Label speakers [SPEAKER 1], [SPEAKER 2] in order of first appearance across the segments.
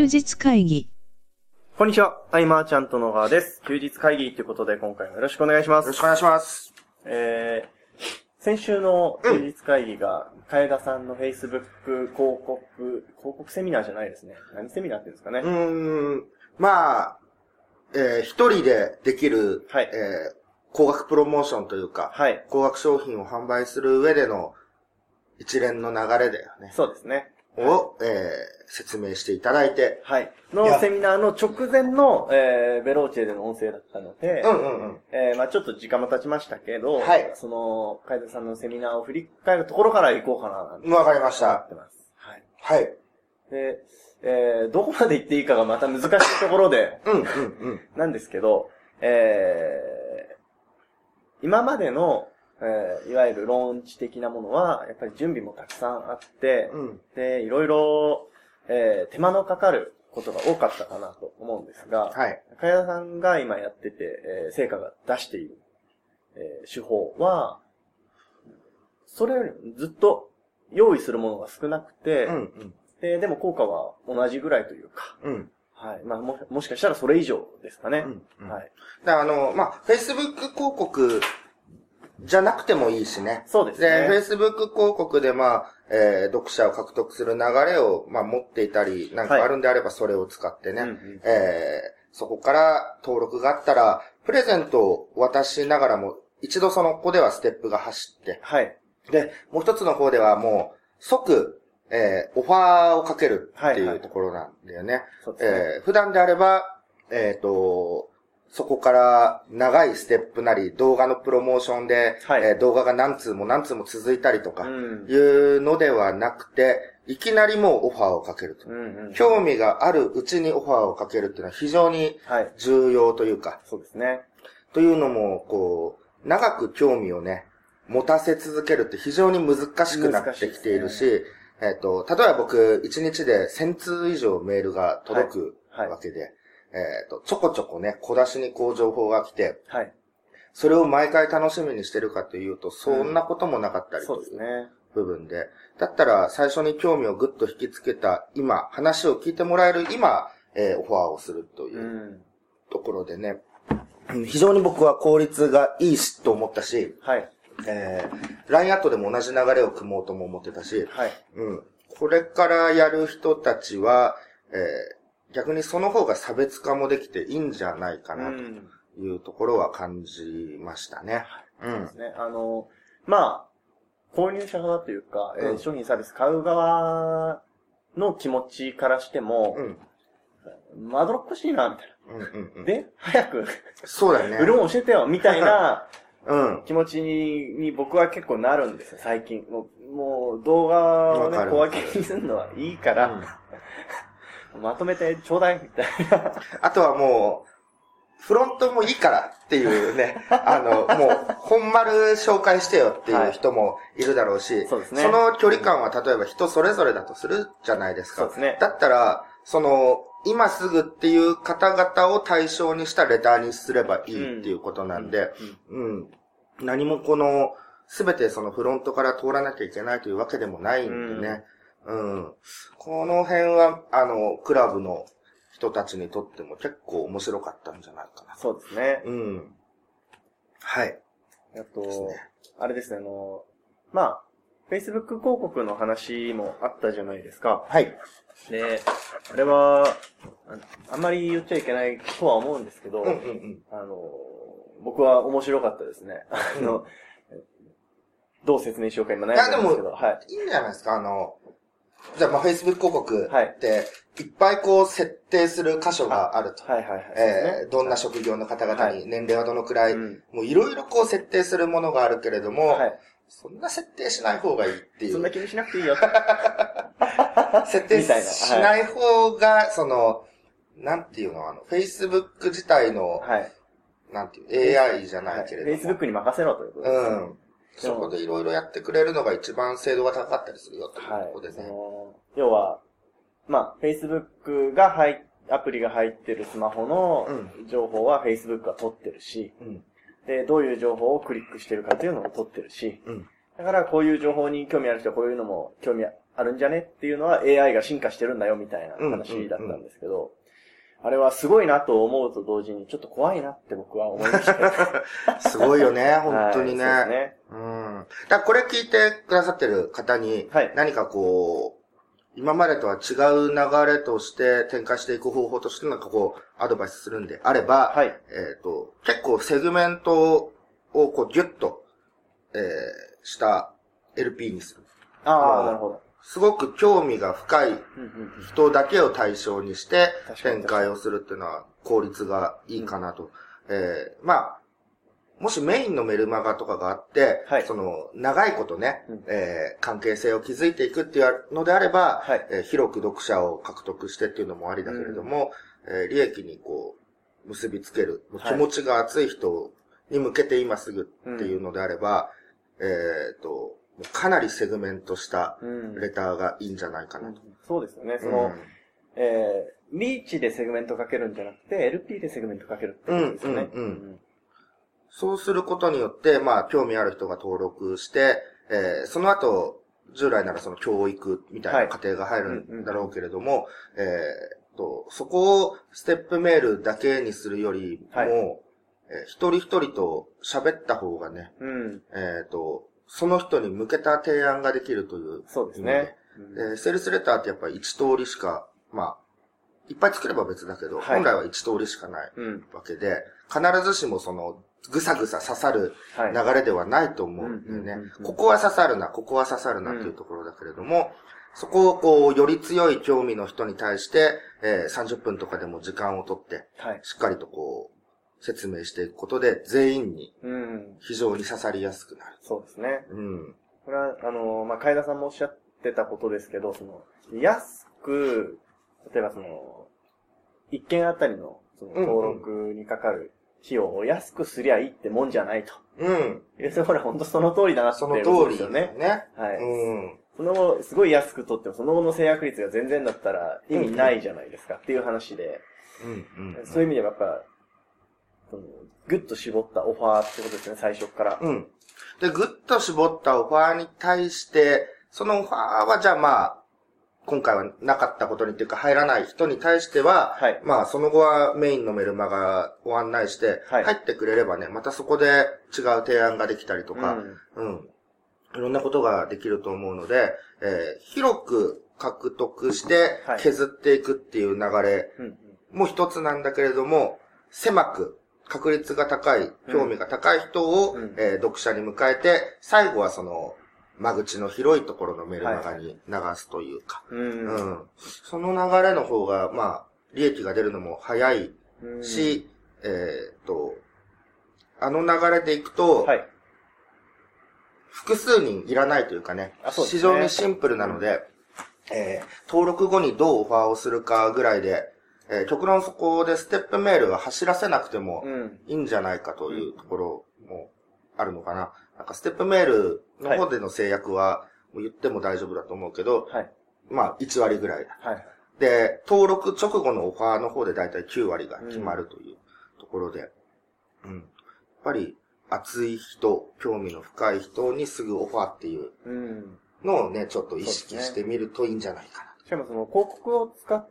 [SPEAKER 1] 日会議。
[SPEAKER 2] こんにちは、アイマーちゃんと野川です。休日会議ということで今回もよろしくお願いします。
[SPEAKER 3] よろしくお願いします。
[SPEAKER 2] 先週の休日会議が、楓田さんの Facebook 広告セミナーじゃないですね。何セミナーって言うんですかね。
[SPEAKER 3] まあ、一人でできる、
[SPEAKER 2] はい、
[SPEAKER 3] 高額プロモーションというか、
[SPEAKER 2] はい、
[SPEAKER 3] 高額商品を販売する上での一連の流れだよね。
[SPEAKER 2] そうですね。
[SPEAKER 3] を、説明していただいて。
[SPEAKER 2] はい。のセミナーの直前の、ベローチェでの音声だったので、まあちょっと時間も経ちましたけど、
[SPEAKER 3] はい。
[SPEAKER 2] その、楓田さんのセミナーを振り返るところから行こうかななんて。
[SPEAKER 3] わかりました。
[SPEAKER 2] 思ってます。はい。
[SPEAKER 3] はい。
[SPEAKER 2] で、どこまで行っていいかがまた難しいところで、なんですけど、今までの、いわゆるローンチ的なものは、やっぱり準備もたくさんあって、で、いろいろ、手間のかかることが多かったかなと思うんですが、
[SPEAKER 3] はい。
[SPEAKER 2] 楓田さんが今やってて、成果が出している、手法は、それよりもずっと用意するものが少なくて、でも効果は同じぐらいというか、はい。まあ、もしかしたらそれ以上ですかね。はい。
[SPEAKER 3] まあ、Facebook 広告じゃなくてもいいしね。
[SPEAKER 2] そうですね。
[SPEAKER 3] で、Facebook 広告でまあ、読者を獲得する流れを、まあ、持っていたり、なんかあるんであればそれを使ってね、そこから登録があったら、プレゼントを渡しながらも、一度その子ではステップが走って、
[SPEAKER 2] はい。
[SPEAKER 3] で、もう一つの方ではもう、即、オファーをかけるっていうところなんだよね。普段であれば、そこから長いステップなり、動画のプロモーションで、動画が何通も続いたりとか、いうのではなくて、いきなりもうオファーをかけると。興味があるうちにオファーをかけるっていうのは非常に重要というか、
[SPEAKER 2] そうですね。
[SPEAKER 3] というのも、こう、長く興味をね、持たせ続けるって非常に難しくなってきているし、例えば僕、1日で1000通以上メールが届くわけで、ちょこちょこね、小出しにこう情報が来て、それを毎回楽しみにしてるかというと、そんなこともなかったりという部分で、だったら最初に興味をぐっと引きつけた今、話を聞いてもらえる今、オファーをするというところでね、非常に僕は効率がいいしと思ったし、LINE アットでも同じ流れを組もうとも思ってたし、これからやる人たちは、逆にその方が差別化もできていいんじゃないかなというところは感じましたね。
[SPEAKER 2] そうですね。まあ、購入者側というか、商品サービス買う側の気持ちからしても、まどろっこしいな、みたいな。で、早く、
[SPEAKER 3] そうだよね。
[SPEAKER 2] 売るもん教えてよ、みたいな、気持ちに僕は結構なるんですよ、最近。もう動画をね、小分けにするのはいいから、まとめてちょうだいみたいな。
[SPEAKER 3] あとはもう、フロントもいいからっていうね、もう、本丸紹介してよっていう人もいるだろうし、
[SPEAKER 2] そうですね。
[SPEAKER 3] その距離感は例えば人それぞれだとするじゃないですか。
[SPEAKER 2] そうですね。
[SPEAKER 3] だったら、今すぐっていう方々を対象にしたレターにすればいいっていうことなんで、何もすべてそのフロントから通らなきゃいけないというわけでもないんでね。この辺は、クラブの人たちにとっても結構面白かったんじゃないかな。
[SPEAKER 2] そうですね。
[SPEAKER 3] はい。
[SPEAKER 2] あと、あれですね、まあ、Facebook 広告の話もあったじゃないですか。
[SPEAKER 3] はい。
[SPEAKER 2] で、あれは、あんまり言っちゃいけないとは思うんですけど、僕は面白かったですね。どう説明しようか今悩んでるんですけど。
[SPEAKER 3] いいんじゃないですか。じゃあ、Facebook 広告って、いっぱいこう設定する箇所があると。どんな職業の方々に、年齢はどのくらい、もういろいろこう設定するものがあるけれども、そんな設定しない方がいいっていう。
[SPEAKER 2] そんな気にしなくていいよ。
[SPEAKER 3] 設定しない方が、なんていうの、Facebook 自体の、なんていう、AI じゃないけれども。
[SPEAKER 2] Facebook に任せろということです。
[SPEAKER 3] そこでいろいろやってくれるのが一番精度が高かったりするよっていうところでね。
[SPEAKER 2] 要は、まあ、Facebook がアプリが入ってるスマホの情報は Facebook が取ってるし、で、どういう情報をクリックしてるかっていうのも取ってるし、だからこういう情報に興味ある人はこういうのも興味あるんじゃねっていうのは AI が進化してるんだよみたいな話だったんですけど、あれはすごいなと思うと同時にちょっと怖いなって僕は思いました。
[SPEAKER 3] すごいよね、本当にね。
[SPEAKER 2] はい、そうですね。
[SPEAKER 3] だからこれ聞いてくださってる方に、何かこう、今までとは違う流れとして展開していく方法としてなんかこう、アドバイスするんであれば、結構セグメントをこうギュッと、した LP にする。
[SPEAKER 2] ああ、なるほど。
[SPEAKER 3] すごく興味が深い人だけを対象にして展開をするっていうのは効率がいいかなと。まあ、もしメインのメルマガとかがあって、その、長いことね、関係性を築いていくっていうのであれば、広く読者を獲得してっていうのもありだけれども、利益にこう、結びつける、気持ちが熱い人に向けて今すぐっていうのであれば、かなりセグメントしたレターがいいんじゃないかなと。
[SPEAKER 2] そうですよね。その、リーチでセグメントかけるんじゃなくて、LP でセグメントかけるってことですよね。
[SPEAKER 3] そうすることによって、まあ、興味ある人が登録して、その後、従来ならその教育みたいな過程が入るんだろうけれども、そこをステップメールだけにするよりも、一人一人と喋った方がね、その人に向けた提案ができるという。
[SPEAKER 2] そうですね。
[SPEAKER 3] セールスレターってやっぱり一通りしか、まあ、いっぱい作れば別だけど、本来は一通りしかないわけで、必ずしもその、ぐさぐさ刺さる流れではないと思うんだよね。ここは刺さるな、ここは刺さるなっていうところだけれども、そこをこう、より強い興味の人に対して、30分とかでも時間をとって、しっかりとこう、説明していくことで、全員に非常に刺さりやすくなる。
[SPEAKER 2] そうですね。これは、まあ、海田さんもおっしゃってたことですけど、その、安く、例えばその、一件あたりの、その、登録にかかる費用を安くすりゃいいってもんじゃないと。いうところは本当その通りだなって思うんですよね。はい。その後、すごい安く取っても、その後の制約率が全然だったら意味ないじゃないですかっていう話で、そういう意味ではやっぱ、ぐっと絞ったオファーってことですね、最初から。
[SPEAKER 3] で、ぐっと絞ったオファーに対して、そのオファーはじゃあまあ、今回はなかったことにっていうか入らない人に対しては、まあその後はメインのメルマガを案内して、入ってくれればね、またそこで違う提案ができたりとか、いろんなことができると思うので、広く獲得して削っていくっていう流れも一つなんだけれども、狭く確率が高い、興味が高い人を、読者に迎えて、最後はその、間口の広いところのメルマガに流すというか、その流れの方が、まあ、利益が出るのも早いし、あの流れでいくと、複数人いらないというかね、非常にシンプルなので、登録後にどうオファーをするかぐらいで、極論そこでステップメールが走らせなくてもいいんじゃないかというところもあるのかな。なんかステップメールの方での制約はもう言っても大丈夫だと思うけど、まあ1割ぐらいだ。で、登録直後のオファーの方でだいたい9割が決まるというところで、やっぱり熱い人、興味の深い人にすぐオファーっていうのをね、ちょっと意識してみるといいんじゃないかな。
[SPEAKER 2] しかもその広告を使って、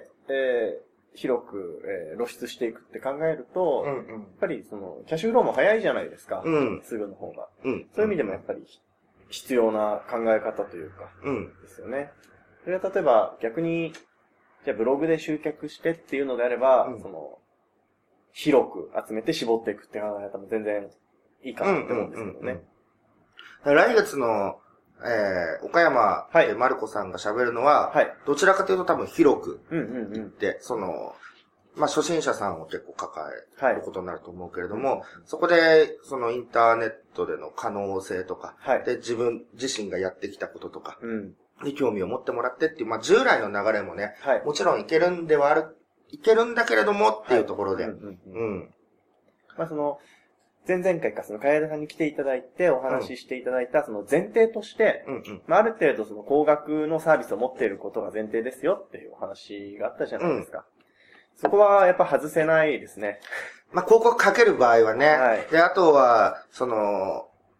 [SPEAKER 2] 広く、露出していくって考えると、やっぱりその、キャッシュフローも早いじゃないですか。すぐの方が。そういう意味でもやっぱり必要な考え方というか、ですよね。それは例えば逆に、じゃあブログで集客してっていうのであれば、その、広く集めて絞っていくって考え方も全然いいかなって思うんですけどね。
[SPEAKER 3] 来月の、岡山でマルコさんが喋るのは、どちらかというと多分広く言って、その、まあ、初心者さんを結構抱えることになると思うけれども、そこで、そのインターネットでの可能性とか、で、自分自身がやってきたこととか、に興味を持ってもらってっていう、まあ、従来の流れもね、もちろんいけるんだけれどもっていうところで、
[SPEAKER 2] まあ、その、前々回かその、かやださんに来ていただいてお話ししていただいたその前提として、まあ、ある程度その高額のサービスを持っていることが前提ですよっていうお話があったじゃないですか。そこはやっぱ外せないですね。
[SPEAKER 3] まあ、広告かける場合はね。で、あとは、その、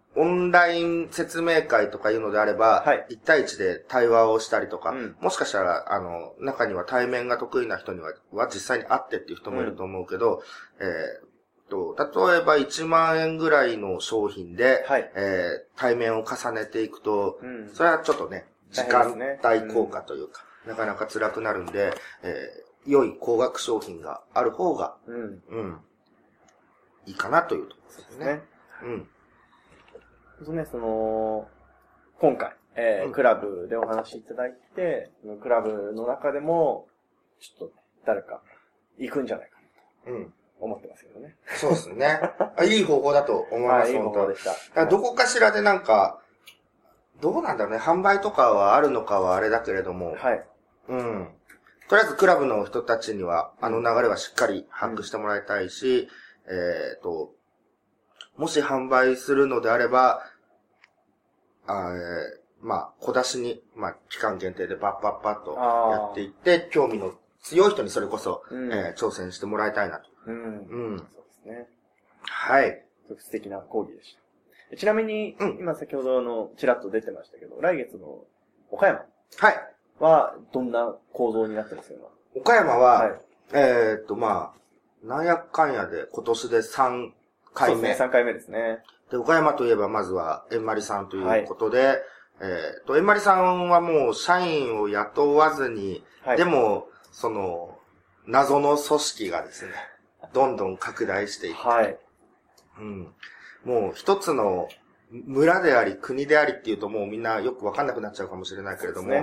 [SPEAKER 3] オンライン説明会とかいうのであれば、はい、1対1で対話をしたりとか、もしかしたら、中には対面が得意な人には実際に会ってっていう人もいると思うけど、例えば1万円ぐらいの商品で、はい、対面を重ねていくと、それはちょっとね、時間帯効果というか、なかなか辛くなるんで、良い高額商品がある方が、いいかなというところですね。
[SPEAKER 2] 今回、クラブでお話しいただいて、クラブの中でも、ちょっと誰か行くんじゃないかなと思ってますけどね。
[SPEAKER 3] そうですね。いい方法だと思います。
[SPEAKER 2] いい方法でした。
[SPEAKER 3] どこかしらでなんか、どうなんだろうね、販売とかはあるのかはあれだけれども、はい。とりあえずクラブの人たちには、流れはしっかり把握してもらいたいし、もし販売するのであれば、小出しに、期間限定でバッとやっていって、興味の強い人にそれこそ、挑戦してもらいたいなと。そう
[SPEAKER 2] ですね。
[SPEAKER 3] はい。
[SPEAKER 2] 素敵な講義でした。ちなみに、今先ほどちらっと出てましたけど、来月の岡山。
[SPEAKER 3] はい。
[SPEAKER 2] は、どんな構造になってますか、今。
[SPEAKER 3] 岡山は、なんやかんやで今年で3回目。
[SPEAKER 2] そうですね、3回目ですね。
[SPEAKER 3] で、岡山といえばまずは、えんまりさんということで、えんまりさんはもう社員を雇わずに、でも、謎の組織がですね、どんどん拡大していって、もう一つの村であり国でありっていうともうみんなよくわかんなくなっちゃうかもしれないけれども、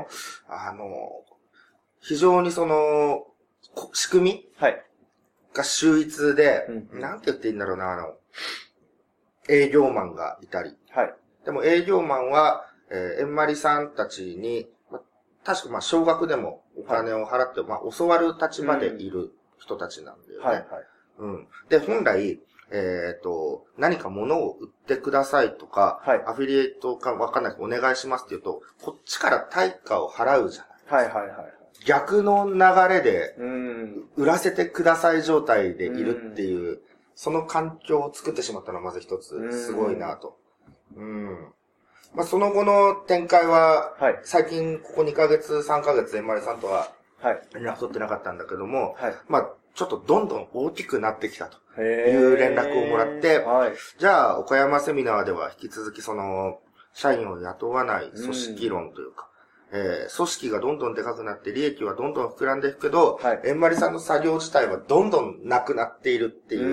[SPEAKER 3] 非常に仕組みが秀逸で、なんて言っていいんだろうな、営業マンがいたり。でも営業マンは、えんまりさんたちに、確か少額でもお金を払って、教わる立場でいる人たちなんだよね。で、本来、何か物を売ってくださいとか、アフィリエイトかわかんないけどお願いしますって言うと、こっちから対価を払うじゃない。逆の流れで、売らせてください状態でいるっていう、その環境を作ってしまったのはまず一つ、すごいなと。その後の展開は、最近ここ2ヶ月、3ヶ月、えんまりさんとは、連絡取ってなかったんだけども、ちょっとどんどん大きくなってきたという連絡をもらって、じゃあ、岡山セミナーでは引き続き社員を雇わない組織論というか、組織がどんどんでかくなって利益はどんどん膨らんでいくけど、えんまりさんの作業自体はどんどんなくなっているっていう。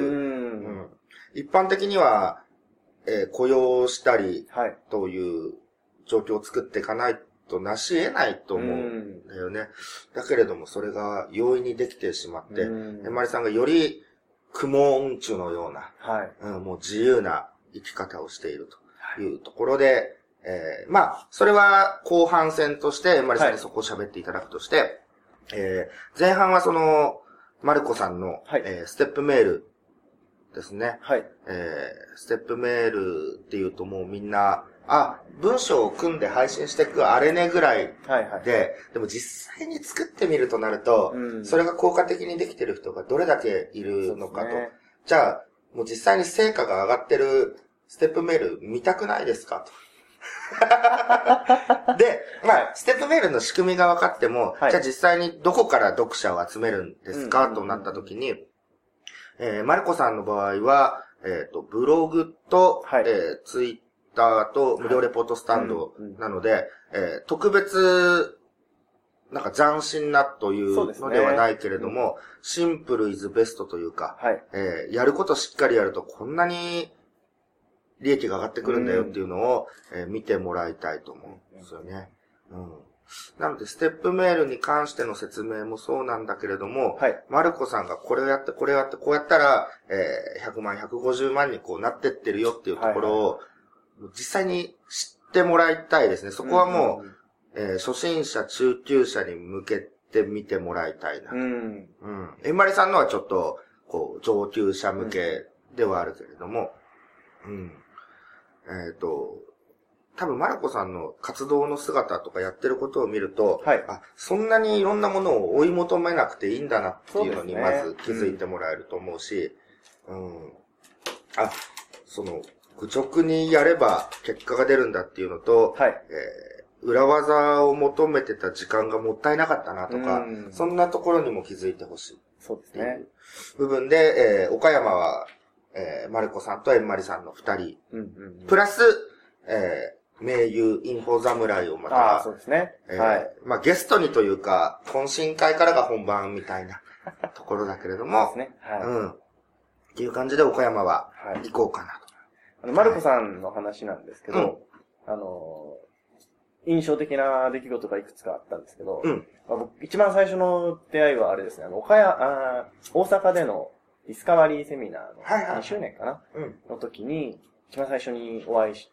[SPEAKER 3] 一般的には、雇用したりという状況を作っていかないとなし得ないと思うんだよね。だけれどもそれが容易にできてしまって、えんまりさんがより雲音中のような、もう自由な生き方をしているというところで、それは後半戦として、えんまりさんにそこを喋っていただくとして、前半はマルコさんの、ステップメールですね。ステップメールっていうともうみんな、文章を組んで配信していくあれねぐらいで、でも実際に作ってみるとなると、それが効果的にできてる人がどれだけいるのかと。じゃあ、もう実際に成果が上がってるステップメール見たくないですかと。で、ステップメールの仕組みが分かっても、じゃあ実際にどこから読者を集めるんですかとなった時に、マルコさんの場合は、ブログと、ツイッターと無料レポートスタンドなので、特別、なんか斬新なというのではないけれども、シンプルイズベストというか、やることしっかりやるとこんなに利益が上がってくるんだよっていうのを、見てもらいたいと思うんですよね。なので、ステップメールに関しての説明もそうなんだけれども、マルコさんがこれをやって、これをやって、こうやったら、100万、150万にこうなってってるよっていうところを、実際に知ってもらいたいですね。そこはもう、初心者、中級者に向けて見てもらいたいな。えんまりさんのはちょっと、こう、上級者向けではあるけれども、多分マルコさんの活動の姿とかやってることを見ると、そんなにいろんなものを追い求めなくていいんだなっていうのにまず気づいてもらえると思うし、 愚直にやれば結果が出るんだっていうのと、
[SPEAKER 2] はい。
[SPEAKER 3] 裏技を求めてた時間がもったいなかったなとか、そんなところにも気づいてほしい。
[SPEAKER 2] そうですね。
[SPEAKER 3] 部分で、岡山は、マルコさんとエンマリさんの二人、プラス、名優インフォ侍をまた、
[SPEAKER 2] そうですね。はい。
[SPEAKER 3] まあゲストにというか、懇親会からが本番みたいなところだけれども、
[SPEAKER 2] そうですね。はい。
[SPEAKER 3] っていう感じで岡山は行こうかなと。
[SPEAKER 2] マルコさんの話なんですけど、印象的な出来事がいくつかあったんですけど、僕一番最初の出会いはあれですね、大阪でのディスカバリーセミナーの2周年かな、の時に、一番最初にお会いして、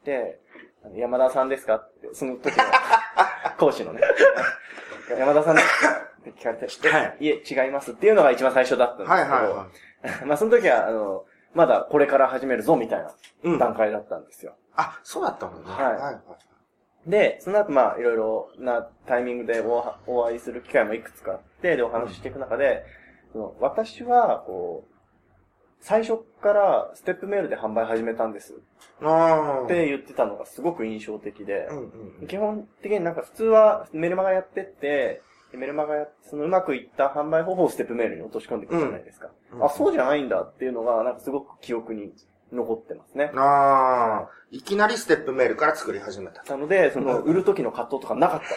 [SPEAKER 2] 山田さんですかって、その時の講師のね、山田さんですかって聞かれて、いえ、違いますっていうのが一番最初だったんですけど、まあその時は、まだこれから始めるぞみたいな段階だったんですよ。
[SPEAKER 3] そうだったんだね。
[SPEAKER 2] はい。で、その後まあいろいろなタイミングでお会いする機会もいくつかあって、でお話ししていく中で、私はこう、最初からステップメールで販売始めたんです。って言ってたのがすごく印象的で、基本的になんか普通はメルマガやってって、メルマガそのうまくいった販売方法をステップメールに落とし込んでいくじゃないですか。そうじゃないんだっていうのがなんかすごく記憶に残ってますね。
[SPEAKER 3] いきなりステップメールから作り始めた。
[SPEAKER 2] なので、売る時の葛藤とかなかった。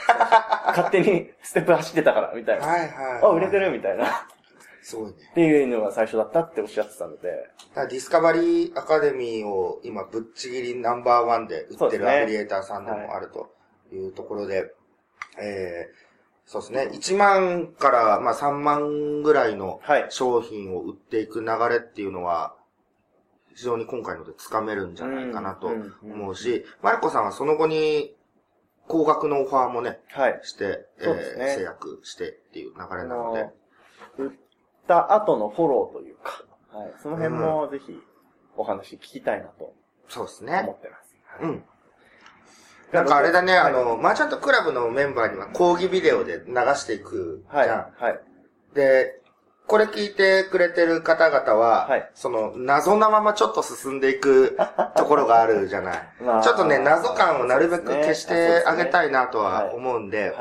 [SPEAKER 2] 勝手にステップ走ってたから、みたいな。売れてるみたいな。
[SPEAKER 3] すごいね。
[SPEAKER 2] っていうのが最初だったっておっしゃってたので。
[SPEAKER 3] ディスカバリーアカデミーを今ぶっちぎりナンバーワンで売ってるアフィリエーターさんでもあるというところで、そうですね。1万からまあ3万ぐらいの商品を売っていく流れっていうのは、非常に今回ので掴めるんじゃないかなと思うし、マルコさんはその後に高額のオファーもね、して、制約してっていう流れなので。
[SPEAKER 2] 売った後のフォローというか、その辺もぜひお話聞きたいなと。
[SPEAKER 3] そうですね。
[SPEAKER 2] 思ってます。
[SPEAKER 3] なんかあれだね、マーチャントクラブのメンバーには講義ビデオで流していくじゃん。で、これ聞いてくれてる方々は、その謎なままちょっと進んでいくところがあるじゃない。ちょっとね、謎感をなるべく消してあげたいなとは思うんで、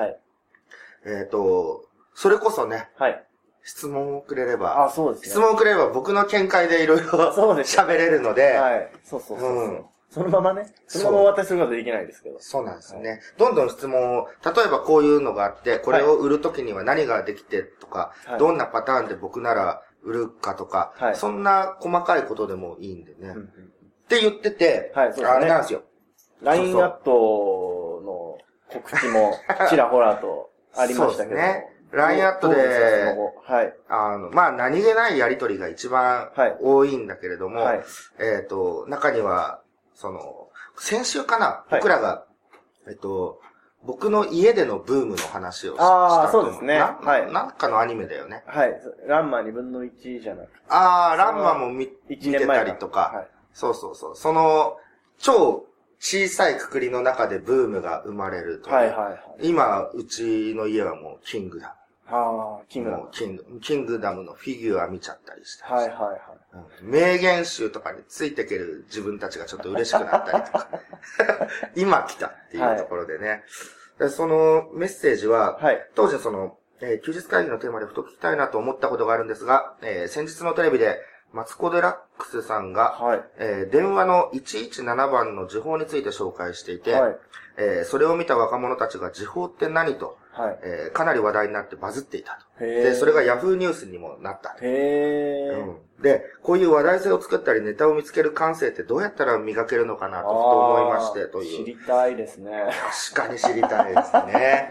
[SPEAKER 3] それこそね、質問をくれれば、質問をくれれば僕の見解でいろいろ喋れるので、
[SPEAKER 2] そう。そのままね、そのままお渡しすることはできないですけど。
[SPEAKER 3] そうなんですよね。どんどん質問を、例えばこういうのがあって、これを売るときには何ができてとか、どんなパターンで僕なら売るかとか、そんな細かいことでもいいんでね。って言ってて、あれなんですよ。
[SPEAKER 2] LINE アットの告知もちらほらとありましたけど。
[SPEAKER 3] LINE アットで、まあ何気ないやりとりが一番多いんだけれども、中には、先週かな、僕らが、僕の家でのブームの話をしたと思う。
[SPEAKER 2] そうですね。
[SPEAKER 3] なんかのアニメだよね。
[SPEAKER 2] ランマ2分の1じゃなくて。
[SPEAKER 3] ランマも見てたりとか。そう。その、超小さい括りの中でブームが生まれるという。今、うちの家はもうキングダム。キングダムのフィギュア見ちゃったりして。名言集とかについてける自分たちがちょっと嬉しくなったりとか。今来たっていうところでね。そのメッセージは、当時休日会議のテーマでふと聞きたいなと思ったことがあるんですが、先日のテレビで、マツコ・デラックスさんが、電話の117番の時報について紹介していて、それを見た若者たちが時報って何と、かなり話題になってバズっていたと。で、それがヤフーニュースにもなったと。で、こういう話題性を作ったりネタを見つける感性ってどうやったら磨けるのかなとふと思いましてという。
[SPEAKER 2] 知りたいですね。
[SPEAKER 3] 確かに知りたいですね。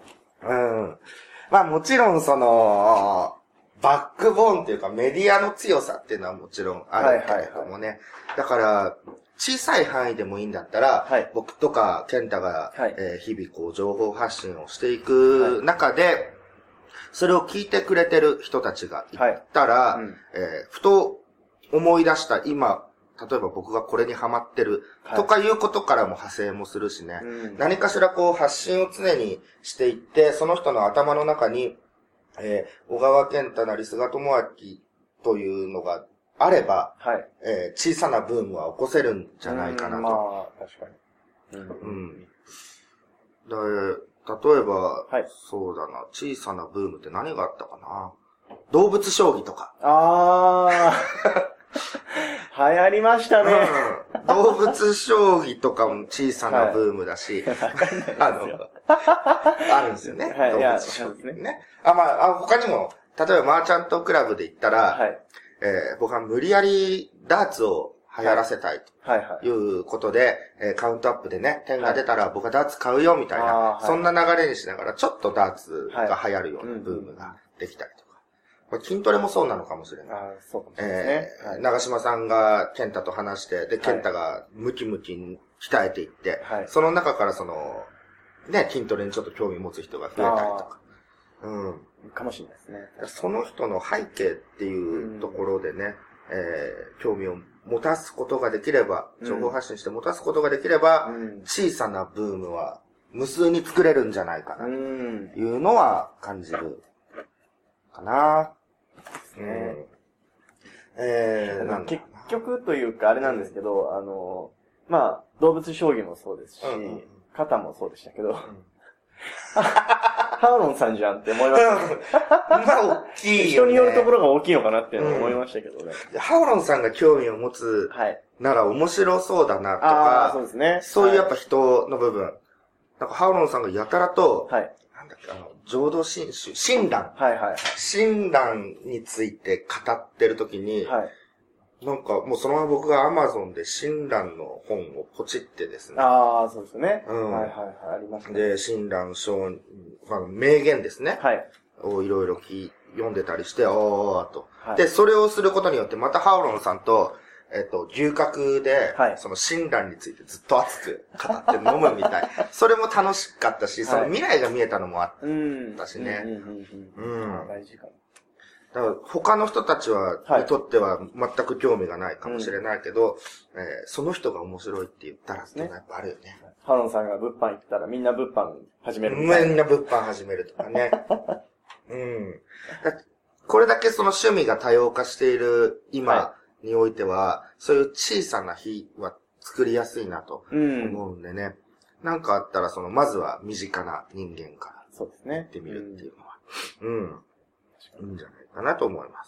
[SPEAKER 3] まあもちろんバックボーンっていうかメディアの強さっていうのはもちろんあるけれどもね。だから、小さい範囲でもいいんだったら、僕とか健太が、日々こう情報発信をしていく中で、それを聞いてくれてる人たちがいたら、ふと思い出した今、例えば僕がこれにハマってるとかいうことからも派生もするしね。何かしらこう発信を常にしていって、その人の頭の中に、小川健太なり菅智明というのがあれば、
[SPEAKER 2] はい。
[SPEAKER 3] 小さなブームは起こせるんじゃないかなと。
[SPEAKER 2] まあ、確かに。
[SPEAKER 3] 例えば、
[SPEAKER 2] はい、
[SPEAKER 3] そうだな、小さなブームって何があったかな。動物将棋とか。
[SPEAKER 2] 流行りましたね。
[SPEAKER 3] 動物将棋とかも小さなブームだし、あるんですよね。動物将棋ね。他にも、例えばマーチャントクラブで言ったら、僕は無理やりダーツを流行らせたいということで、カウントアップでね、点が出たら僕はダーツ買うよみたいな、そんな流れにしながらちょっとダーツが流行るようなブームができたりとか。筋トレもそうなのかもしれない。
[SPEAKER 2] そうかもしれないですね。
[SPEAKER 3] 長島さんが健太と話して、で、健太がムキムキに鍛えていって、その中から筋トレにちょっと興味持つ人が増えたりとか。
[SPEAKER 2] かもしれないですね。
[SPEAKER 3] その人の背景っていうところでね、興味を持たすことができれば、情報発信して持たすことができれば、小さなブームは無数に作れるんじゃないかな、というのは感じるかな。
[SPEAKER 2] 結局というかあれなんですけど、動物将棋もそうですし、肩もそうでしたけど、ハーロンさんじゃんって思いました。
[SPEAKER 3] 大きいよね。
[SPEAKER 2] 人によるところが大きいのかなって思いましたけどね。
[SPEAKER 3] ハーロンさんが興味を持つなら面白そうだなとか、
[SPEAKER 2] そうですね。
[SPEAKER 3] そういうやっぱ人の部分。なんかハーロンさんがやたらと、浄土真宗、親鸞。親鸞について語ってるときに、なんかもうそのまま僕が Amazon で親鸞の本をポチってですね。
[SPEAKER 2] そうですね。ありますね。
[SPEAKER 3] で、親鸞名言ですね。をいろいろ読んでたりして、と。で、それをすることによってまたハーロンさんと、牛角で、その親鸞についてずっと熱く語って飲むみたい。それも楽しかったし、その未来が見えたのもあったしね。
[SPEAKER 2] 大事かも。
[SPEAKER 3] だから他の人たちにとっては全く興味がないかもしれないけど、その人が面白いって言ったらっていうのはやっぱあるよね。
[SPEAKER 2] ハロンさんが物販行ったらみんな物販始めるみたいな。
[SPEAKER 3] みんな物販始めるとかね。これだけその趣味が多様化している今においては、そういう小さな日は作りやすいなと思うんでね。なんかあったらまずは身近な人間からやってみるっていうのは、いいんじゃないかなと思います。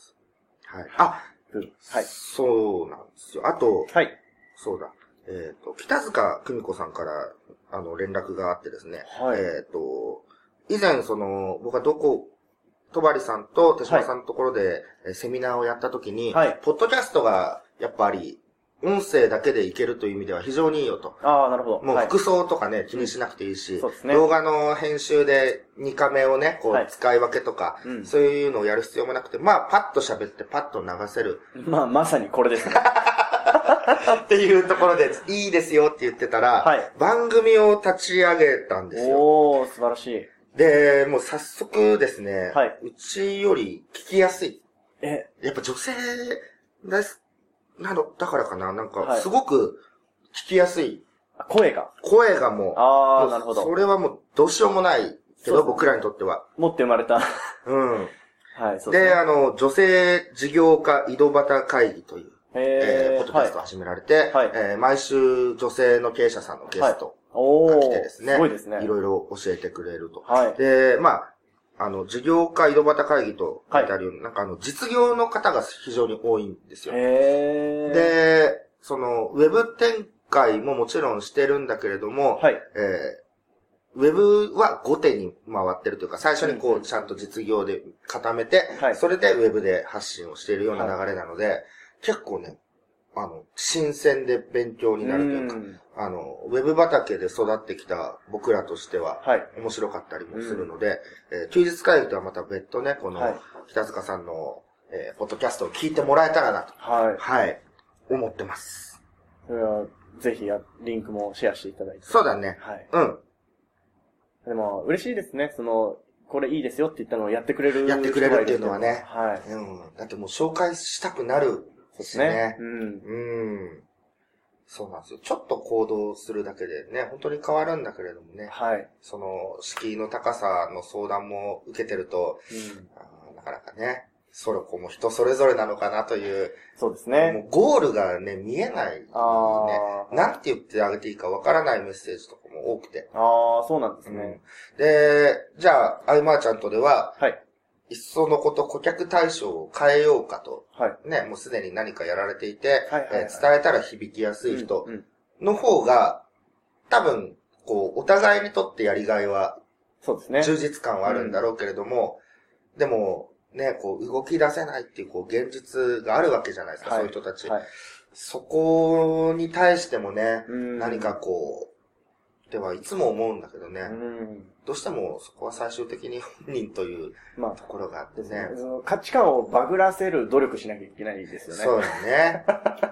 [SPEAKER 3] そうなんですよ。あと、そうだ。北塚久美子さんから、連絡があってですね。以前、僕は戸張さんと手島さんのところで、セミナーをやったときに、ポッドキャストが、やっぱり、音声だけでいけるという意味では非常にいいよと。
[SPEAKER 2] なるほど。
[SPEAKER 3] もう服装とかね、気にしなくていいし、動画の編集で2カメをね、使い分けとか、そういうのをやる必要もなくて、パッと喋ってパッと流せる。
[SPEAKER 2] まさにこれですね。
[SPEAKER 3] っていうところで、いいですよって言ってたら、番組を立ち上げたんですよ。
[SPEAKER 2] 素晴らしい。
[SPEAKER 3] で、もう早速ですね、うちより聞きやすい。やっぱ女性だからかな、なんか、すごく聞きやすい。
[SPEAKER 2] 声が
[SPEAKER 3] もう、
[SPEAKER 2] なるほど。
[SPEAKER 3] それはもうどうしようもないけど、僕らにとっては。
[SPEAKER 2] 持って生まれた。
[SPEAKER 3] で、女性事業家井戸端会議という、ポッドキャストを始められて、毎週女性の経営者さんのゲストが来てですね、
[SPEAKER 2] すごいですね。
[SPEAKER 3] いろいろ教えてくれると。で、事業家井戸端会議と書いてあるように、なんか実業の方が非常に多いんですよ。で、ウェブ展開ももちろんしてるんだけれども、ウェブは後手に回ってるというか、最初にちゃんと実業で固めて、それでウェブで発信をしているような流れなので、結構ね、新鮮で勉強になるというか、ウェブ畑で育ってきた僕らとしては、面白かったりもするので、休日会議とはまた別途ね、この、北塚さんの、ポッドキャストを聞いてもらえたらなと、思ってます。
[SPEAKER 2] それは、ぜひ、リンクもシェアしていただいて。
[SPEAKER 3] そうだね。
[SPEAKER 2] でも、嬉しいですね。これいいですよって言ったのをやってくれる。
[SPEAKER 3] やってくれるっていうのはね。だってもう紹介したくなる。ですね。そうなんですよ。ちょっと行動するだけでね、本当に変わるんだけれどもね。敷居の高さの相談も受けてると、なかなかね、 それこも人それぞれなのかなという。
[SPEAKER 2] そうですね。
[SPEAKER 3] もうゴールがね、見えない、ね。なんて言ってあげていいかわからないメッセージとかも多くて。
[SPEAKER 2] そうなんですね。
[SPEAKER 3] で、じゃあ、アイマーチャントでは、
[SPEAKER 2] はい。
[SPEAKER 3] いっそのこと顧客対象を変えようかと。
[SPEAKER 2] はい。
[SPEAKER 3] ね、もうすでに何かやられていて、
[SPEAKER 2] はいはいはい、
[SPEAKER 3] 伝えたら響きやすい人の方が、多分、こう、お互いにとってやりがいは、
[SPEAKER 2] そうですね。
[SPEAKER 3] 充実感はあるんだろうけれども、でも、ね、こう、動き出せないっていう、こう、現実があるわけじゃないですか、そういう人たち。はい。そこに対してもね、何かこう、ではいつも思うんだけどね、どうしてもそこは最終的に本人というところがあってね。
[SPEAKER 2] 価値観をバグらせる努力しなきゃいけないですよね。
[SPEAKER 3] そうだね。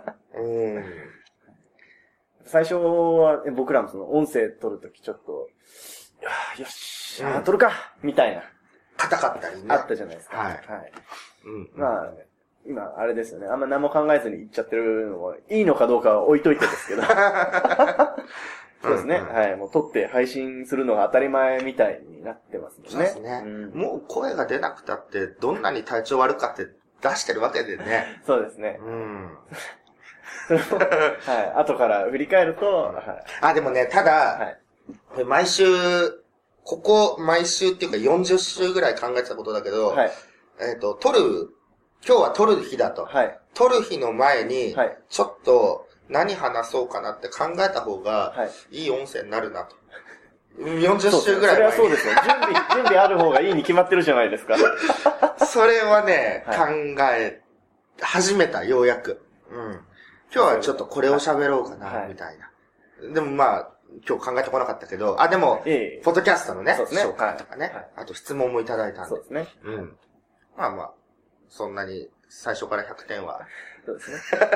[SPEAKER 2] 最初は、僕らもその音声撮るときちょっと、よし、撮るかみたいな。
[SPEAKER 3] 硬かったりね。
[SPEAKER 2] あったじゃないですか。はい。はい。まあ、今、あれですよね。あんま何も考えずに言っちゃってるのも、いいのかどうかは置いといてですけど。そうですね。はい。もう撮って配信するのが当たり前みたいになってますもんね。
[SPEAKER 3] そうですね。もう声が出なくたって、どんなに体調悪かって出してるわけでね。
[SPEAKER 2] そうですね。それも、はい。後から振り返ると、
[SPEAKER 3] でもね、ただ、毎週っていうか40週ぐらい考えてたことだけど、今日は撮る日だと。撮る日の前に、ちょっと何話そうかなって考えた方が、いい音声になるなと。40週ぐらい前に。
[SPEAKER 2] それはそうですよ。準備ある方がいいに決まってるじゃないですか。
[SPEAKER 3] それはね、考え始めた、ようやく。今日はちょっとこれを喋ろうかな、みたいな。でもまあ、今日考えてこなかったけど、でも、ポッドキャストのね、紹介とかね、あと質問もいただいたんで。
[SPEAKER 2] そうですね。
[SPEAKER 3] まあまあ、そんなに最初から100点は。
[SPEAKER 2] そうですね。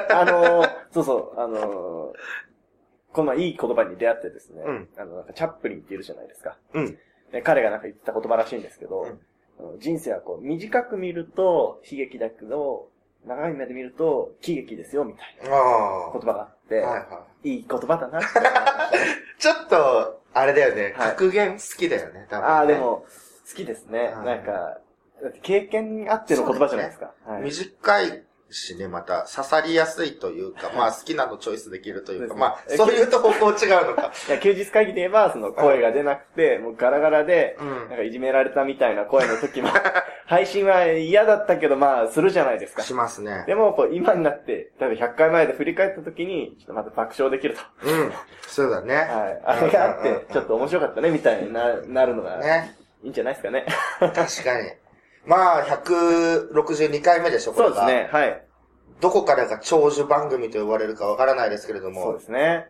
[SPEAKER 2] このいい言葉に出会ってですね、なんかチャップリンっているじゃないですか。彼がなんか言った言葉らしいんですけど、人生はこう、短く見ると悲劇だけど、長い目で見ると喜劇ですよ、みたいな言葉があって、いい言葉だなって思いました。
[SPEAKER 3] ちょっと、あれだよね、格言好きだよね、多分。
[SPEAKER 2] でも、好きですね。なんか、経験あっての言葉じゃないですか。
[SPEAKER 3] 短いしね、また刺さりやすいというか、まあ好きなのチョイスできるというか、まあそういうと方向違うのか。
[SPEAKER 2] いや、休日会議で言えば、その声が出なくて、もうガラガラで、なんかいじめられたみたいな声の時も、配信は嫌だったけど、まあするじゃないですか。
[SPEAKER 3] しますね。
[SPEAKER 2] でも、こう今になって、例えば100回前で振り返った時に、ちょっとまた爆笑できると。
[SPEAKER 3] そうだね。
[SPEAKER 2] あれがあって、ちょっと面白かったね、みたいになるのが、いいんじゃないですかね。
[SPEAKER 3] 確かに。まあ、162回目でしょ、これが。
[SPEAKER 2] そうですね、はい。
[SPEAKER 3] どこからが長寿番組と呼ばれるかわからないですけれども。
[SPEAKER 2] そうですね。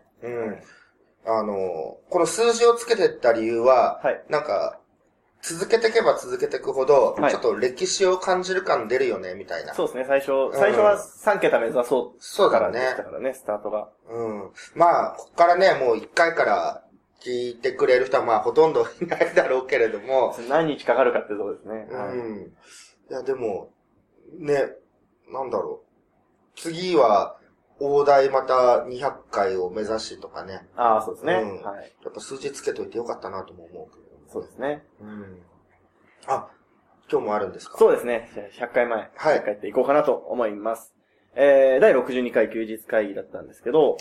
[SPEAKER 3] この数字をつけていった理由は、なんか、続けていけば続けていくほど、ちょっと歴史を感じる感出るよね、みたいな。
[SPEAKER 2] そうですね、最初は3桁目指そうからでしたからね、スタートが。
[SPEAKER 3] まあ、ここからね、もう1回から聞いてくれる人はまあほとんどいないだろうけれども。
[SPEAKER 2] 何日かかるかってとこですね。
[SPEAKER 3] いや、でも、ね、なんだろう。次は、大台また200回を目指しとかね。
[SPEAKER 2] そうですね。
[SPEAKER 3] やっぱ数字つけといてよかったなとも思うけど。
[SPEAKER 2] そうですね。
[SPEAKER 3] 今日もあるんですか？
[SPEAKER 2] そうですね。100回前、帰っていこうかなと思います。第62回休日会議だったんですけど、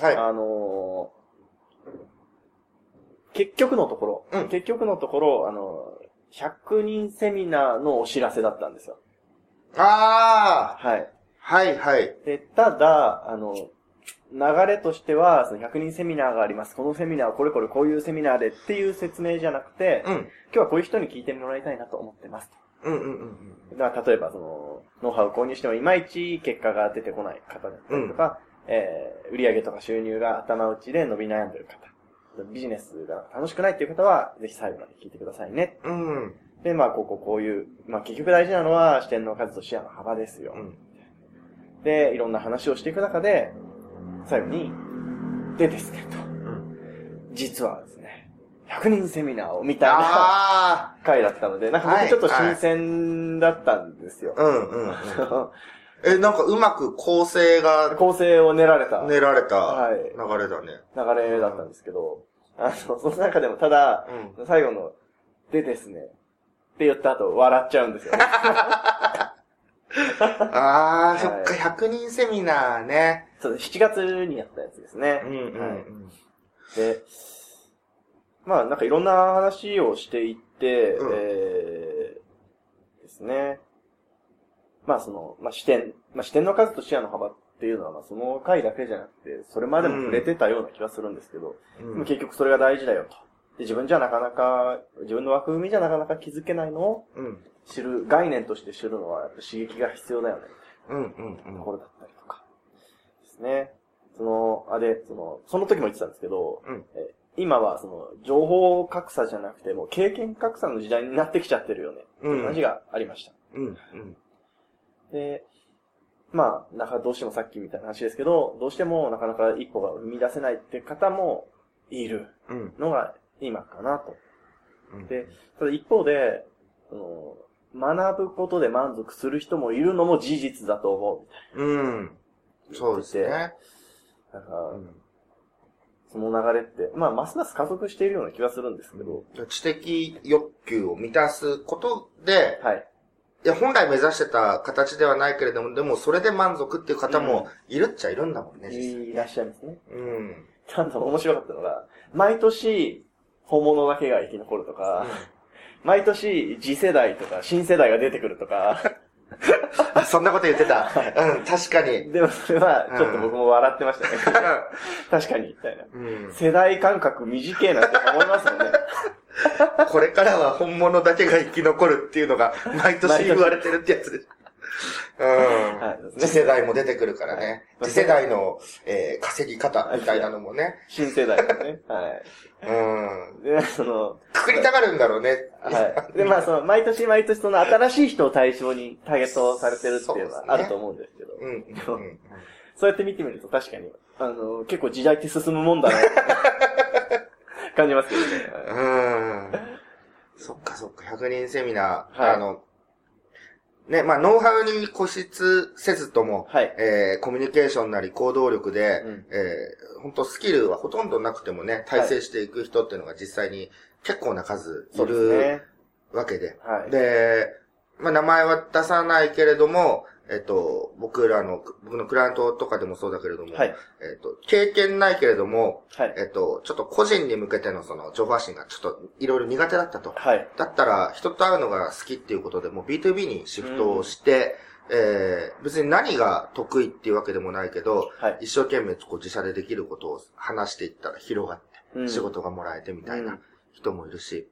[SPEAKER 2] 結局のところ、100人セミナーのお知らせだったんですよ。で、ただ、流れとしては、その100人セミナーがあります。このセミナーはこれこれこういうセミナーでっていう説明じゃなくて、今日はこういう人に聞いてもらいたいなと思ってます。だから例えば、その、ノウハウを購入してもいまいち結果が出てこない方だったりとか、売上とか収入が頭打ちで伸び悩んでる方、ビジネスが楽しくないっていう方は、ぜひ最後まで聞いてくださいね。で、まあ、こういう、まあ、結局大事なのは視点の数と視野の幅ですよ。で、いろんな話をしていく中で、最後に、でですね、と。実はですね、100人セミナーをみたいな回だったので、なんか僕ちょっと新鮮だったんですよ。
[SPEAKER 3] なんかうまく構成
[SPEAKER 2] を練られた。
[SPEAKER 3] 流れだね。
[SPEAKER 2] 流れだったんですけど、その中でもただ、最後の、でですね、って言った後笑っちゃうんですよね。
[SPEAKER 3] ああ、そっか、100人セミナーね。
[SPEAKER 2] そう、7月にやったやつですね。で、まあなんかいろんな話をしていって、ですね。まあ視点の数と視野の幅っていうのは、まあその回だけじゃなくて、それまでも触れてたような気がするんですけど、結局それが大事だよと。で、自分の枠組みじゃなかなか気づけないのを、概念として知るのは、やっぱ刺激が必要だよね。ところだったりとか。ですね。その時も言ってたんですけど、今は情報格差じゃなくて、もう経験格差の時代になってきちゃってるよね。っていう話がありました。で、まあ、どうしてもさっきみたいな話ですけど、どうしてもなかなか一歩が生み出せないって方もいるのが今かなと。で、ただ一方で、学ぶことで満足する人もいるのも事実だと思う。
[SPEAKER 3] そうですね。
[SPEAKER 2] なんか、その流れって、まあ、ますます加速しているような気がするんですけど。
[SPEAKER 3] 知的欲求を満たすことで、いや、本来目指してた形ではないけれども、でもそれで満足っていう方もいるっちゃいるんだもんね、
[SPEAKER 2] いらっしゃいますね。ちゃんと面白かったのが、毎年、本物だけが生き残るとか、毎年、次世代とか、新世代が出てくるとか。
[SPEAKER 3] そんなこと言ってた。確かに。
[SPEAKER 2] でもそれは、ちょっと僕も笑ってましたね。確かに、みたいな。世代感覚短いなって思いますもんね。
[SPEAKER 3] これからは本物だけが生き残るっていうのが、毎年言われてるってやつです。次世代も出てくるからね。次世代の、稼ぎ方みたいなのもね。
[SPEAKER 2] 新世代ですね。で、
[SPEAKER 3] くくりたがるんだろうね。
[SPEAKER 2] で、まあ毎年新しい人を対象にターゲットされてるっていうのはあると思うんですけど。そうやって見てみると確かに、結構時代って進むもんだな、感じますけどね。
[SPEAKER 3] そっか、100人セミナー。ね、まあ、ノウハウに固執せずとも、コミュニケーションなり行動力で、本当スキルはほとんどなくてもね、体制していく人っていうのが実際に結構な数いるわけで。で、まあ、名前は出さないけれども、僕のクライアントとかでもそうだけれども、経験ないけれども、ちょっと個人に向けての情報発信がちょっといろいろ苦手だったと。だったら、人と会うのが好きっていうことで、もう B2B にシフトをして、別に何が得意っていうわけでもないけど、一生懸命自社でできることを話していったら広がって、仕事がもらえてみたいな人もいるし、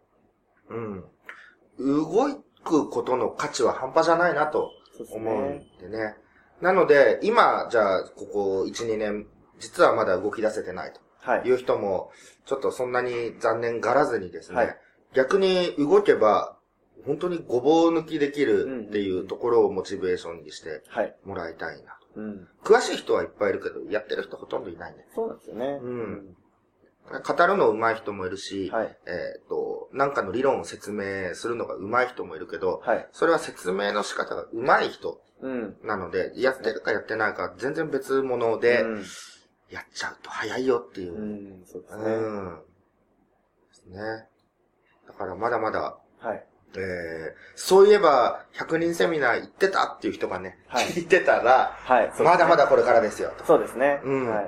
[SPEAKER 3] 動くことの価値は半端じゃないなと。思うんでね。なので、今、じゃあ、ここ1、2年、実はまだ動き出せてないという人も、ちょっとそんなに残念がらずにですね、逆に動けば、本当にごぼう抜きできるっていうところをモチベーションにしてもらいたいなと。詳しい人はいっぱいいるけど、やってる人ほとんどいないね。
[SPEAKER 2] そうなんですよね。
[SPEAKER 3] 語るの上手い人もいるし、なんかの理論を説明するのが上手い人もいるけど、それは説明の仕方が上手い人なので、やってるかやってないか全然別物で、やっちゃうと早いよっていう。
[SPEAKER 2] そうです
[SPEAKER 3] ね。だからまだまだ、そういえば100人セミナー行ってたっていう人がね、聞いてたら、まだまだこれからですよと。
[SPEAKER 2] そうですね。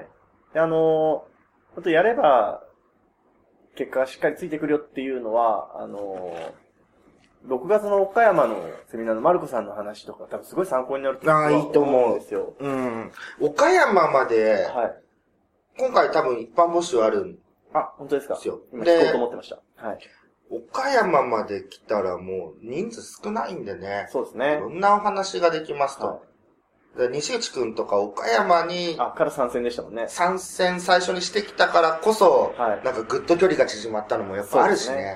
[SPEAKER 2] 本当やれば、結果がしっかりついてくるよっていうのは、6月の岡山のセミナーのマルコさんの話とか多分すごい参考になると思うんですよ。
[SPEAKER 3] 岡山まで、今回多分一般募集あるんです
[SPEAKER 2] よ。本当ですか？今
[SPEAKER 3] で、
[SPEAKER 2] 聞こうと思ってました。
[SPEAKER 3] 岡山まで来たらもう人数少ないんでね。
[SPEAKER 2] そうですね。
[SPEAKER 3] いろんなお話ができますと。西内くんとか岡山に、
[SPEAKER 2] から参戦でしたもんね。
[SPEAKER 3] 参戦最初にしてきたからこそ、なんかぐっと距離が縮まったのもやっぱあるしね。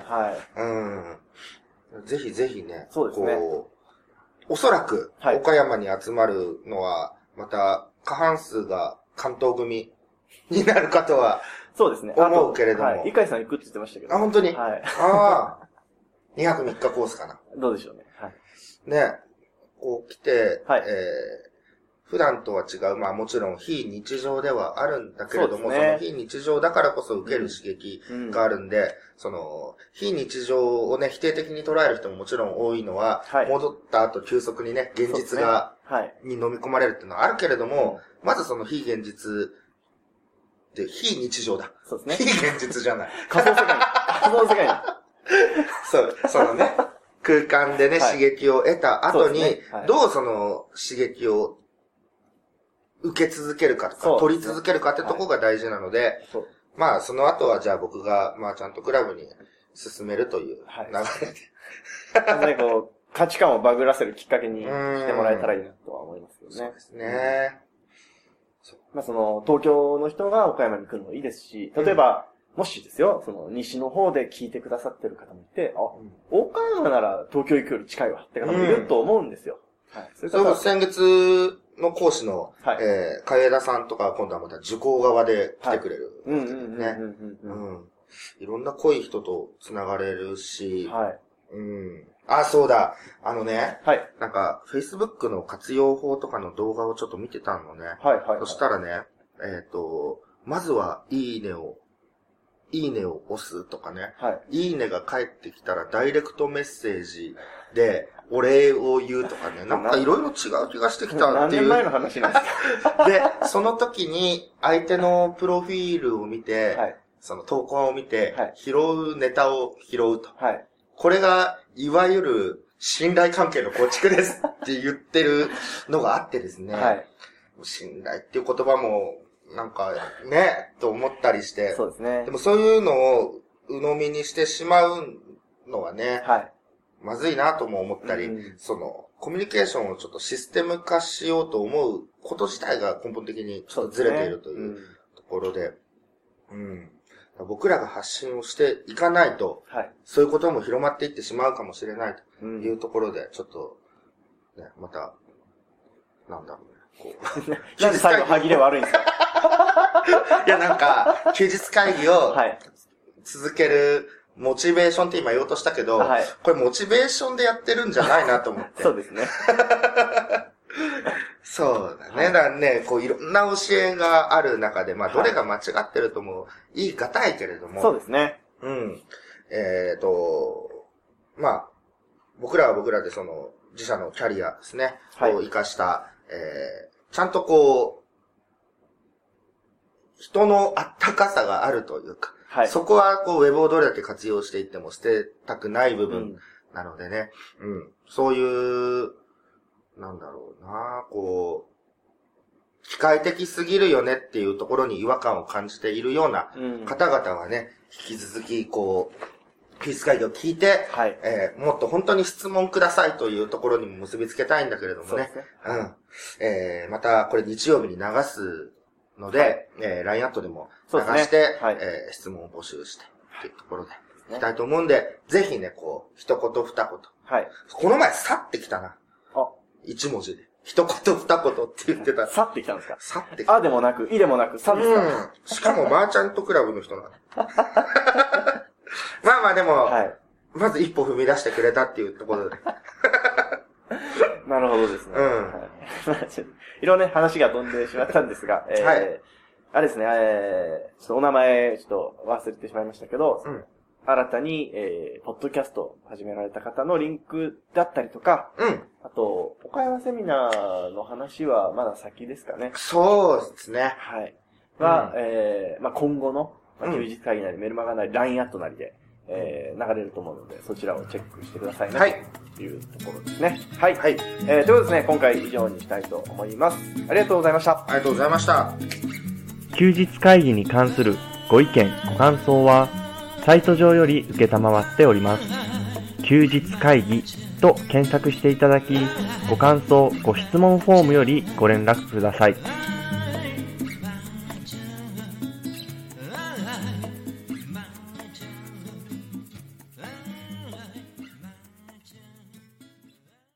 [SPEAKER 3] ぜひぜひね、おそらく岡山に集まるのは、また過半数が関東組になるかとは、
[SPEAKER 2] そうですね。
[SPEAKER 3] 思うけれども。
[SPEAKER 2] イカイさん行くって言ってましたけど。
[SPEAKER 3] 本当に2泊3日コースかな。
[SPEAKER 2] どうでしょうね。
[SPEAKER 3] ね、こう来て、 普段とは違う、まあもちろん非日常ではあるんだけれども、その非日常だからこそ受ける刺激があるんで、その非日常をね、否定的に捉える人ももちろん多いのは、戻った後急速にね、現実が、に飲み込まれるっていうのはあるけれども、まずその非現実って非日常だ。
[SPEAKER 2] そうですね。
[SPEAKER 3] 非現実じゃない。
[SPEAKER 2] 仮想世界。仮想世界。
[SPEAKER 3] そう、そのね、空間でね、刺激を得た後に、どうその刺激を受け続けるかとか、取り続けるかってとこが大事なので、まあその後はじゃあ僕がマーチャントクラブに進めるという流れで。
[SPEAKER 2] こう価値観をバグらせるきっかけにしてもらえたらいいなとは思いますけどね。
[SPEAKER 3] そうですね。
[SPEAKER 2] まあその東京の人が岡山に来るのもいいですし、例えば、もしですよ、その西の方で聞いてくださってる方もいて、岡山なら東京行くより近いわって方もいると思うんですよ。
[SPEAKER 3] そう先月の講師の、海江田さんとか今度はまた受講側で来てくれる。いろんな濃い人と繋がれるし、あ、そうだ。なんか、Facebook の活用法とかの動画をちょっと見てたのね。そしたらね、まずは、いいねを押すとかね。いいねが返ってきたら、ダイレクトメッセージで、お礼を言うとかね。なんかいろいろ違う気がしてきたっていう。
[SPEAKER 2] 何年前の話なんですか？
[SPEAKER 3] で、その時に、相手のプロフィールを見て、その投稿を見て、拾うネタを拾うと。これが、いわゆる、信頼関係の構築ですって言ってるのがあってですね。信頼っていう言葉も、なんか、ね、と思ったりして。
[SPEAKER 2] そうですね。
[SPEAKER 3] でもそういうのを鵜呑みにしてしまうのはね、まずいなとも思ったり、その、コミュニケーションをちょっとシステム化しようと思うこと自体が根本的にちょっとずれているというところで、僕らが発信をしていかないと、そういうことも広まっていってしまうかもしれないというところで、ちょっと、ね、また、なんだろうね、こう。
[SPEAKER 2] なんで最後歯切れ悪いんですか？
[SPEAKER 3] いや、なんか、休日会議を続けるモチベーションって今言おうとしたけど、これモチベーションでやってるんじゃないなと思って。
[SPEAKER 2] そうですね。
[SPEAKER 3] そうだね。だからね、こういろんな教えがある中で、まあどれが間違ってるとも言い難いけれども。
[SPEAKER 2] そうですね。
[SPEAKER 3] まあ、僕らは僕らでその自社のキャリアですね。を活かした、ちゃんとこう、人のあったかさがあるというか、そこはこうウェブをどれだけ活用していっても捨てたくない部分なのでね。そういう、なんだろうな、こう、機械的すぎるよねっていうところに違和感を感じているような方々はね、引き続きこう、休日会議を聞いて、もっと本当に質問くださいというところにも結びつけたいんだけれどもね。またこれ日曜日に流すので、LINE アットでも流して、質問を募集してというところでいきたいと思うんで、ぜひね、こう、一言二言。この前、去ってきたな。一文字で。一言二言って言ってた。
[SPEAKER 2] 去ってきたんですか？
[SPEAKER 3] 去ってきた。
[SPEAKER 2] あでもなく、いでもなく、去ですか？
[SPEAKER 3] しかもマーチャントクラブの人なの。まあまあでも、まず一歩踏み出してくれたっていうところで。
[SPEAKER 2] なるほどですね。いろんな話が飛んでしまったんですが、あれですね、ちょっとお名前、ちょっと忘れてしまいましたけど、新たに、ポッドキャストを始められた方のリンクだったりとか、あと、岡山セミナーの話はまだ先ですかね。
[SPEAKER 3] そうですね。
[SPEAKER 2] まあ今後の、休日会議なりメルマガなり LINE アットなりで、流れると思うので、そちらをチェックしてくださいね。というところですね。ということですね、今回以上にしたいと思います。ありがとうございました。
[SPEAKER 3] ありがとうございました。
[SPEAKER 2] 休日会議に関するご意見、ご感想は、サイト上より受けたまわっております。休日会議と検索していただき、ご感想、ご質問フォームよりご連絡ください。